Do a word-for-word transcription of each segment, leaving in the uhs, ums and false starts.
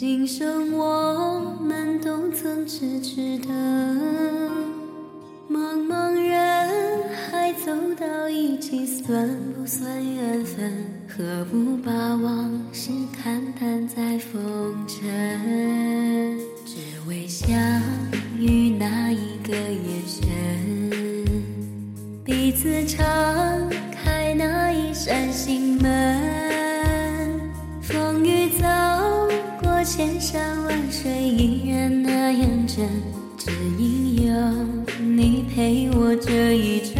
今生我们都曾痴痴的，茫茫人海走到一起，算不算缘分？何不把往事看淡在风尘？只为相遇那一个眼神，彼此敞开那一扇心门，风雨走过千山万水，依然那样真，只因有你陪我这一程。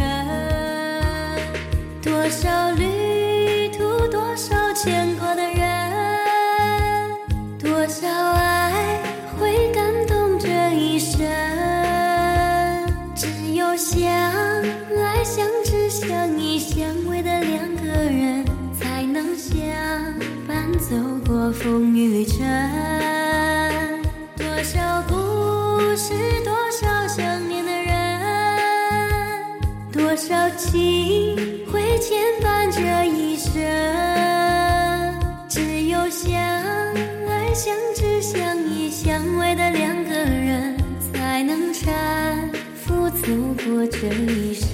多少旅途，多少牵挂的人，多少爱会感动这一生。只有相爱相知相依相偎的两个人，才能相伴走过风雨尘。多少故事，多少想念的人，多少情会牵绊这一生。只有相爱相知相依相偎的两个人，才能搀扶走过这一生。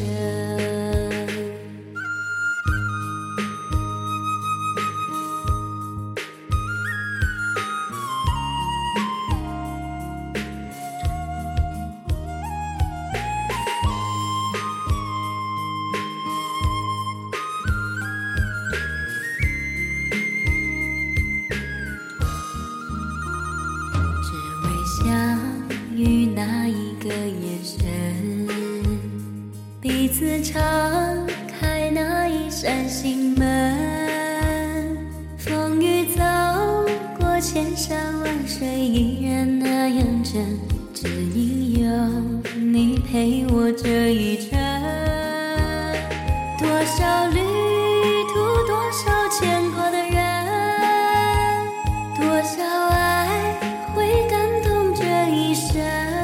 相遇那一个眼神，彼此敞开那一扇心门，风雨走过千山万水，依然那样真，只因有你陪我这一程。多少旅途，多少牵挂的人，多少爱会感动这一生。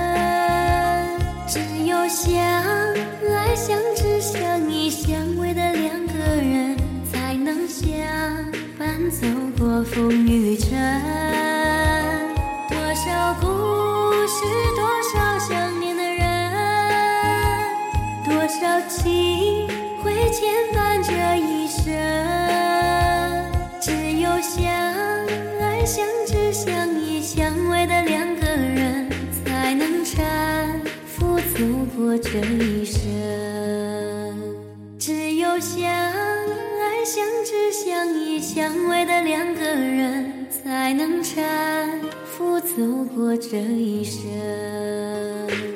只有相爱相知相依相偎的两个人，才能相伴走过风雨尘。多少故事，多少想念的人，多少情会牵绊这一生。只有相爱相知相依相偎的两个人，才能搀扶走过这一生。只有相爱相知相依相偎的两个人，才能搀扶走过这一生。